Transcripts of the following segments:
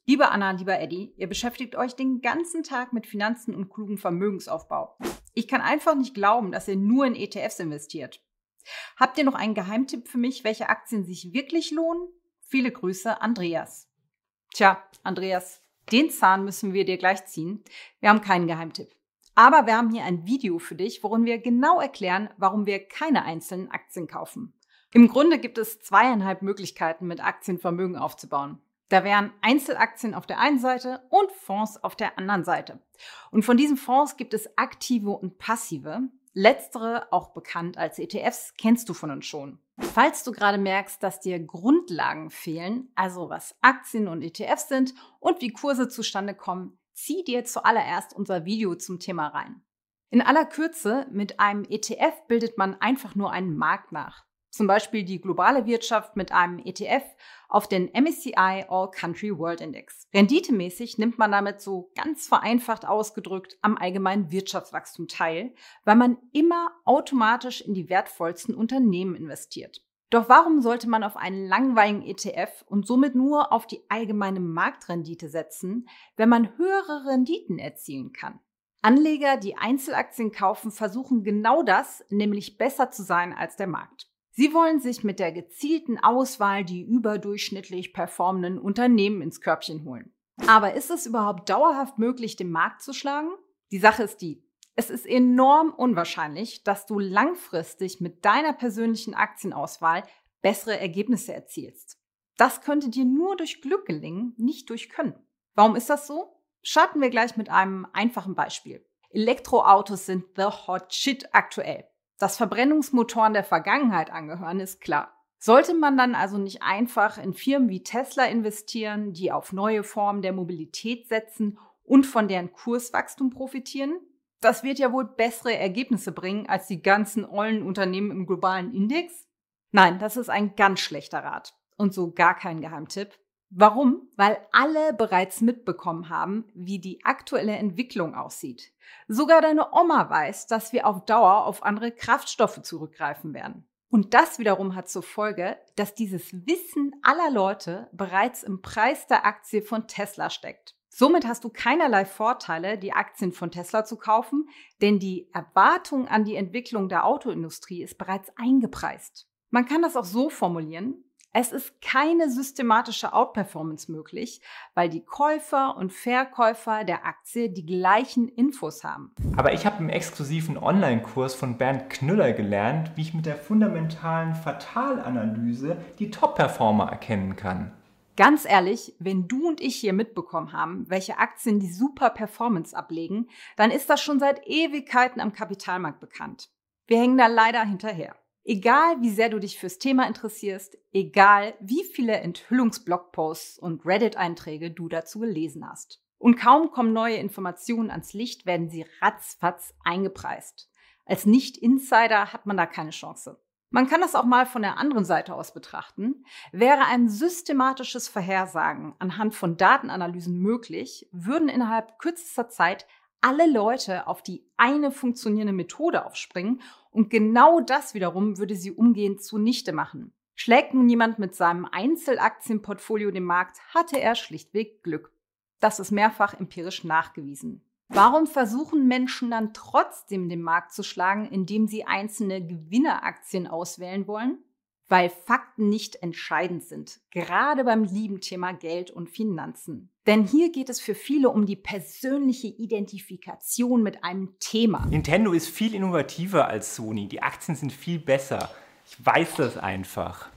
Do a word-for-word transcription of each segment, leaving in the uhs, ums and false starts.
Liebe Anna, lieber Eddie, ihr beschäftigt euch den ganzen Tag mit Finanzen und klugem Vermögensaufbau. Ich kann einfach nicht glauben, dass ihr nur in E T Fs investiert. Habt ihr noch einen Geheimtipp für mich, welche Aktien sich wirklich lohnen? Viele Grüße, Andreas. Tja, Andreas, den Zahn müssen wir dir gleich ziehen. Wir haben keinen Geheimtipp. Aber wir haben hier ein Video für dich, worin wir genau erklären, warum wir keine einzelnen Aktien kaufen. Im Grunde gibt es zweieinhalb Möglichkeiten, mit Aktien Vermögen aufzubauen. Da wären Einzelaktien auf der einen Seite und Fonds auf der anderen Seite. Und von diesen Fonds gibt es aktive und passive. Letztere, auch bekannt als E T Fs, kennst du von uns schon. Falls du gerade merkst, dass dir Grundlagen fehlen, also was Aktien und E T Fs sind und wie Kurse zustande kommen, zieh dir zuallererst unser Video zum Thema rein. In aller Kürze, mit einem E T F bildet man einfach nur einen Markt nach. Zum Beispiel die globale Wirtschaft mit einem E T F auf den M S C I All Country World Index. Renditemäßig nimmt man damit so ganz vereinfacht ausgedrückt am allgemeinen Wirtschaftswachstum teil, weil man immer automatisch in die wertvollsten Unternehmen investiert. Doch warum sollte man auf einen langweiligen E T F und somit nur auf die allgemeine Marktrendite setzen, wenn man höhere Renditen erzielen kann? Anleger, die Einzelaktien kaufen, versuchen genau das, nämlich besser zu sein als der Markt. Sie wollen sich mit der gezielten Auswahl die überdurchschnittlich performenden Unternehmen ins Körbchen holen. Aber ist es überhaupt dauerhaft möglich, den Markt zu schlagen? Die Sache ist die: Es ist enorm unwahrscheinlich, dass du langfristig mit deiner persönlichen Aktienauswahl bessere Ergebnisse erzielst. Das könnte dir nur durch Glück gelingen, nicht durch Können. Warum ist das so? Starten wir gleich mit einem einfachen Beispiel. Elektroautos sind the hot shit aktuell. Dass Verbrennungsmotoren der Vergangenheit angehören, ist klar. Sollte man dann also nicht einfach in Firmen wie Tesla investieren, die auf neue Formen der Mobilität setzen und von deren Kurswachstum profitieren? Das wird ja wohl bessere Ergebnisse bringen als die ganzen ollen Unternehmen im globalen Index? Nein, das ist ein ganz schlechter Rat und so gar kein Geheimtipp. Warum? Weil alle bereits mitbekommen haben, wie die aktuelle Entwicklung aussieht. Sogar deine Oma weiß, dass wir auf Dauer auf andere Kraftstoffe zurückgreifen werden. Und das wiederum hat zur Folge, dass dieses Wissen aller Leute bereits im Preis der Aktie von Tesla steckt. Somit hast du keinerlei Vorteile, die Aktien von Tesla zu kaufen, denn die Erwartung an die Entwicklung der Autoindustrie ist bereits eingepreist. Man kann das auch so formulieren: Es ist keine systematische Outperformance möglich, weil die Käufer und Verkäufer der Aktie die gleichen Infos haben. Aber ich habe im exklusiven Online-Kurs von Bernd Knüller gelernt, wie ich mit der fundamentalen Fatalanalyse die Top-Performer erkennen kann. Ganz ehrlich, wenn du und ich hier mitbekommen haben, welche Aktien die super Performance ablegen, dann ist das schon seit Ewigkeiten am Kapitalmarkt bekannt. Wir hängen da leider hinterher. Egal, wie sehr du dich fürs Thema interessierst, egal, wie viele Enthüllungsblogposts und Reddit-Einträge du dazu gelesen hast. Und kaum kommen neue Informationen ans Licht, werden sie ratzfatz eingepreist. Als Nicht-Insider hat man da keine Chance. Man kann das auch mal von der anderen Seite aus betrachten. Wäre ein systematisches Vorhersagen anhand von Datenanalysen möglich, würden innerhalb kürzester Zeit alle Leute auf die eine funktionierende Methode aufspringen und genau das wiederum würde sie umgehend zunichte machen. Schlägt nun jemand mit seinem Einzelaktienportfolio den Markt, hatte er schlichtweg Glück. Das ist mehrfach empirisch nachgewiesen. Warum versuchen Menschen dann trotzdem den Markt zu schlagen, indem sie einzelne Gewinneraktien auswählen wollen? Weil Fakten nicht entscheidend sind, gerade beim lieben Thema Geld und Finanzen. Denn hier geht es für viele um die persönliche Identifikation mit einem Thema. Nintendo ist viel innovativer als Sony. Die Aktien sind viel besser. Ich weiß das einfach.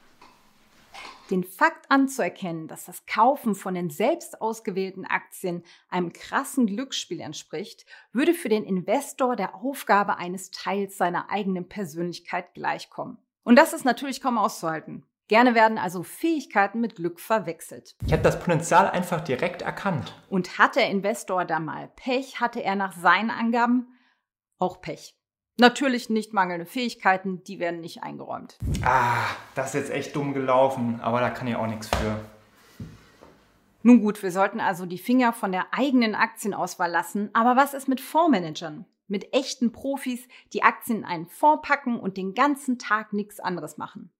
Den Fakt anzuerkennen, dass das Kaufen von den selbst ausgewählten Aktien einem krassen Glücksspiel entspricht, würde für den Investor der Aufgabe eines Teils seiner eigenen Persönlichkeit gleichkommen. Und das ist natürlich kaum auszuhalten. Gerne werden also Fähigkeiten mit Glück verwechselt. Ich habe das Potenzial einfach direkt erkannt. Und hat der Investor da mal Pech, hatte er nach seinen Angaben auch Pech. Natürlich nicht mangelnde Fähigkeiten, die werden nicht eingeräumt. Ah, das ist jetzt echt dumm gelaufen, aber da kann ich auch nichts für. Nun gut, wir sollten also die Finger von der eigenen Aktienauswahl lassen. Aber was ist mit Fondsmanagern? Mit echten Profis, die Aktien in einen Fonds packen und den ganzen Tag nichts anderes machen.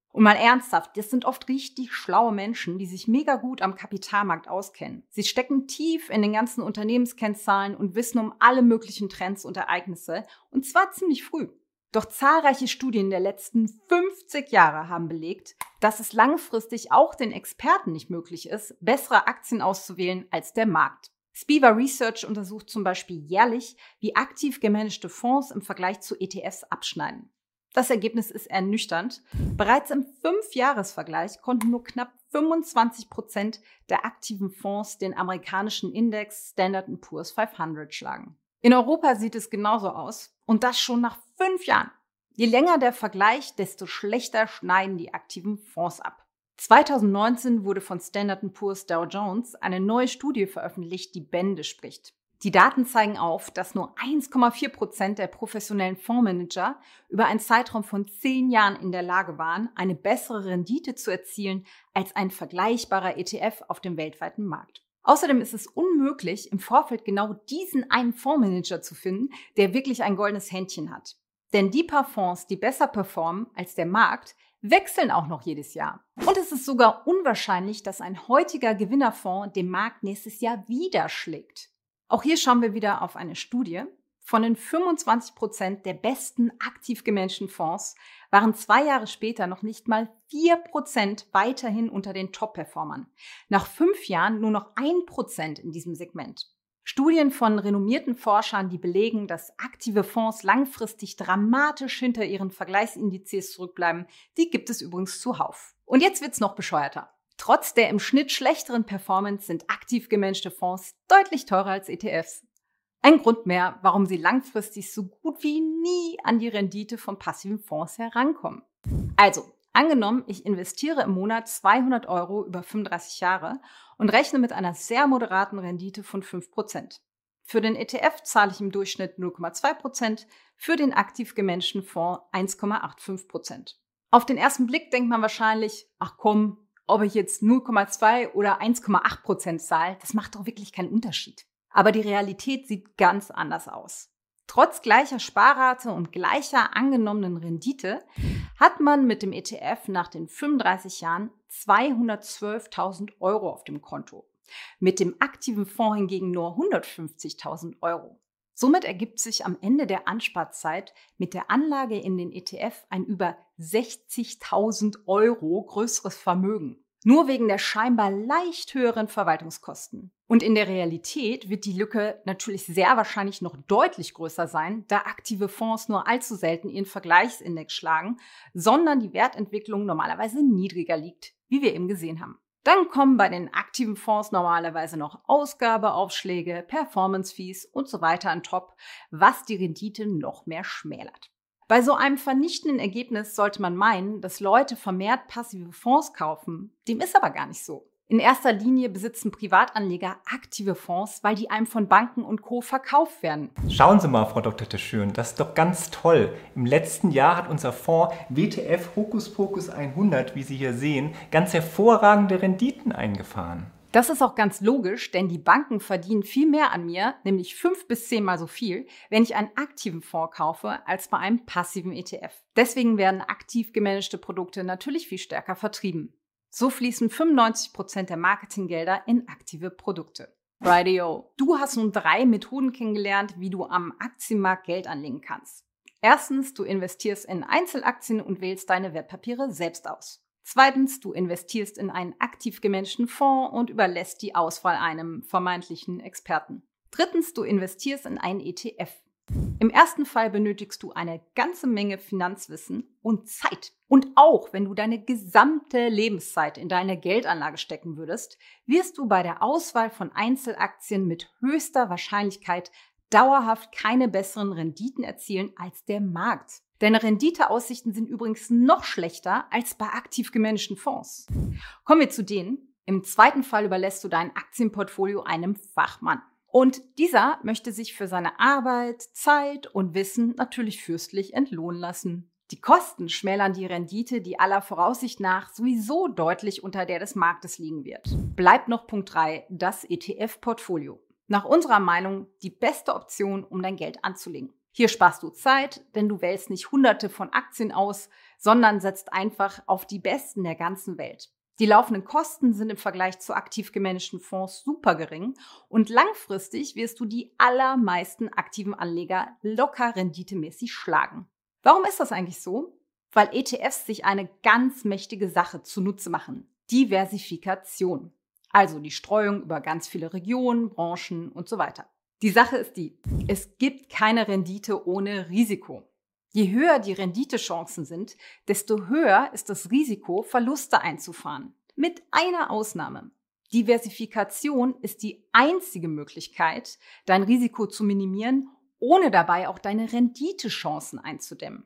Und mal ernsthaft, das sind oft richtig schlaue Menschen, die sich mega gut am Kapitalmarkt auskennen. Sie stecken tief in den ganzen Unternehmenskennzahlen und wissen um alle möglichen Trends und Ereignisse, und zwar ziemlich früh. Doch zahlreiche Studien der letzten fünfzig Jahre haben belegt, dass es langfristig auch den Experten nicht möglich ist, bessere Aktien auszuwählen als der Markt. Spiva Research untersucht zum Beispiel jährlich, wie aktiv gemanagte Fonds im Vergleich zu E T Fs abschneiden. Das Ergebnis ist ernüchternd. Bereits im Fünfjahresvergleich konnten nur knapp fünfundzwanzig Prozent der aktiven Fonds den amerikanischen Index Standard and Poor's fünfhundert schlagen. In Europa sieht es genauso aus, und das schon nach fünf Jahren. Je länger der Vergleich, desto schlechter schneiden die aktiven Fonds ab. zweitausendneunzehn wurde von Standard and Poor's Dow Jones eine neue Studie veröffentlicht, die Bände spricht. Die Daten zeigen auf, dass nur eins Komma vier Prozent der professionellen Fondsmanager über einen Zeitraum von zehn Jahren in der Lage waren, eine bessere Rendite zu erzielen als ein vergleichbarer E T F auf dem weltweiten Markt. Außerdem ist es unmöglich, im Vorfeld genau diesen einen Fondsmanager zu finden, der wirklich ein goldenes Händchen hat. Denn die paar Fonds, die besser performen als der Markt, wechseln auch noch jedes Jahr. Und es ist sogar unwahrscheinlich, dass ein heutiger Gewinnerfonds den Markt nächstes Jahr wieder schlägt. Auch hier schauen wir wieder auf eine Studie. Von den fünfundzwanzig Prozent der besten aktiv gemanagten Fonds waren zwei Jahre später noch nicht mal vier Prozent weiterhin unter den Top-Performern. Nach fünf Jahren nur noch ein Prozent in diesem Segment. Studien von renommierten Forschern, die belegen, dass aktive Fonds langfristig dramatisch hinter ihren Vergleichsindizes zurückbleiben, die gibt es übrigens zuhauf. Und jetzt wird's noch bescheuerter. Trotz der im Schnitt schlechteren Performance sind aktiv gemanagte Fonds deutlich teurer als E T Fs. Ein Grund mehr, warum sie langfristig so gut wie nie an die Rendite von passiven Fonds herankommen. Also, angenommen, ich investiere im Monat zweihundert Euro über fünfunddreißig Jahre und rechne mit einer sehr moderaten Rendite von fünf Prozent. Für den E T F zahle ich im Durchschnitt null Komma zwei Prozent, für den aktiv gemanagten Fonds eins Komma fünfundachtzig Prozent. Auf den ersten Blick denkt man wahrscheinlich, ach komm, ob ich jetzt null Komma zwei oder eins Komma acht Prozent zahle, das macht doch wirklich keinen Unterschied. Aber die Realität sieht ganz anders aus. Trotz gleicher Sparrate und gleicher angenommenen Rendite hat man mit dem E T F nach den fünfunddreißig Jahren zweihundertzwölftausend Euro auf dem Konto. Mit dem aktiven Fonds hingegen nur hundertfünfzigtausend Euro. Somit ergibt sich am Ende der Ansparzeit mit der Anlage in den E T F ein über sechzigtausend Euro größeres Vermögen. Nur wegen der scheinbar leicht höheren Verwaltungskosten. Und in der Realität wird die Lücke natürlich sehr wahrscheinlich noch deutlich größer sein, da aktive Fonds nur allzu selten ihren Vergleichsindex schlagen, sondern die Wertentwicklung normalerweise niedriger liegt, wie wir eben gesehen haben. Dann kommen bei den aktiven Fonds normalerweise noch Ausgabeaufschläge, Performance-Fees und so weiter on top, was die Rendite noch mehr schmälert. Bei so einem vernichtenden Ergebnis sollte man meinen, dass Leute vermehrt passive Fonds kaufen. Dem ist aber gar nicht so. In erster Linie besitzen Privatanleger aktive Fonds, weil die einem von Banken und Co. verkauft werden. Schauen Sie mal, Frau Doktor Teschön, das ist doch ganz toll. Im letzten Jahr hat unser Fonds W T F Hokus Pokus hundert, wie Sie hier sehen, ganz hervorragende Renditen eingefahren. Das ist auch ganz logisch, denn die Banken verdienen viel mehr an mir, nämlich fünf bis zehnmal so viel, wenn ich einen aktiven Fonds kaufe, als bei einem passiven E T F. Deswegen werden aktiv gemanagte Produkte natürlich viel stärker vertrieben. So fließen fünfundneunzig Prozent der Marketinggelder in aktive Produkte. Rightio. Du hast nun drei Methoden kennengelernt, wie du am Aktienmarkt Geld anlegen kannst. Erstens, du investierst in Einzelaktien und wählst deine Wertpapiere selbst aus. Zweitens, du investierst in einen aktiv gemanagten Fonds und überlässt die Auswahl einem vermeintlichen Experten. Drittens, du investierst in einen E T F. Im ersten Fall benötigst du eine ganze Menge Finanzwissen und Zeit. Und auch wenn du deine gesamte Lebenszeit in deine Geldanlage stecken würdest, wirst du bei der Auswahl von Einzelaktien mit höchster Wahrscheinlichkeit dauerhaft keine besseren Renditen erzielen als der Markt. Deine Renditeaussichten sind übrigens noch schlechter als bei aktiv gemanagten Fonds. Kommen wir zu denen. Im zweiten Fall überlässt du dein Aktienportfolio einem Fachmann. Und dieser möchte sich für seine Arbeit, Zeit und Wissen natürlich fürstlich entlohnen lassen. Die Kosten schmälern die Rendite, die aller Voraussicht nach sowieso deutlich unter der des Marktes liegen wird. Bleibt noch Punkt drei, das E T F-Portfolio. Nach unserer Meinung die beste Option, um dein Geld anzulegen. Hier sparst du Zeit, denn du wählst nicht hunderte von Aktien aus, sondern setzt einfach auf die besten der ganzen Welt. Die laufenden Kosten sind im Vergleich zu aktiv gemanagten Fonds super gering und langfristig wirst du die allermeisten aktiven Anleger locker renditemäßig schlagen. Warum ist das eigentlich so? Weil E T Fs sich eine ganz mächtige Sache zunutze machen: Diversifikation. Also die Streuung über ganz viele Regionen, Branchen und so weiter. Die Sache ist die: Es gibt keine Rendite ohne Risiko. Je höher die Renditechancen sind, desto höher ist das Risiko, Verluste einzufahren. Mit einer Ausnahme. Diversifikation ist die einzige Möglichkeit, dein Risiko zu minimieren, ohne dabei auch deine Renditechancen einzudämmen.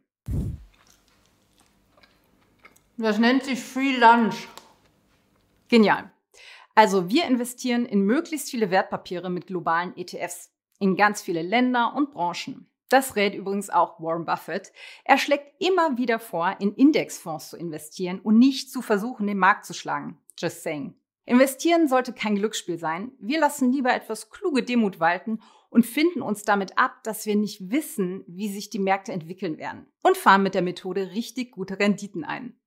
Das nennt sich Free Lunch. Genial. Also wir investieren in möglichst viele Wertpapiere mit globalen E T Fs, in ganz viele Länder und Branchen. Das rät übrigens auch Warren Buffett. Er schlägt immer wieder vor, in Indexfonds zu investieren und nicht zu versuchen, den Markt zu schlagen. Just saying. Investieren sollte kein Glücksspiel sein. Wir lassen lieber etwas kluge Demut walten und finden uns damit ab, dass wir nicht wissen, wie sich die Märkte entwickeln werden. Und fahren mit der Methode richtig gute Renditen ein.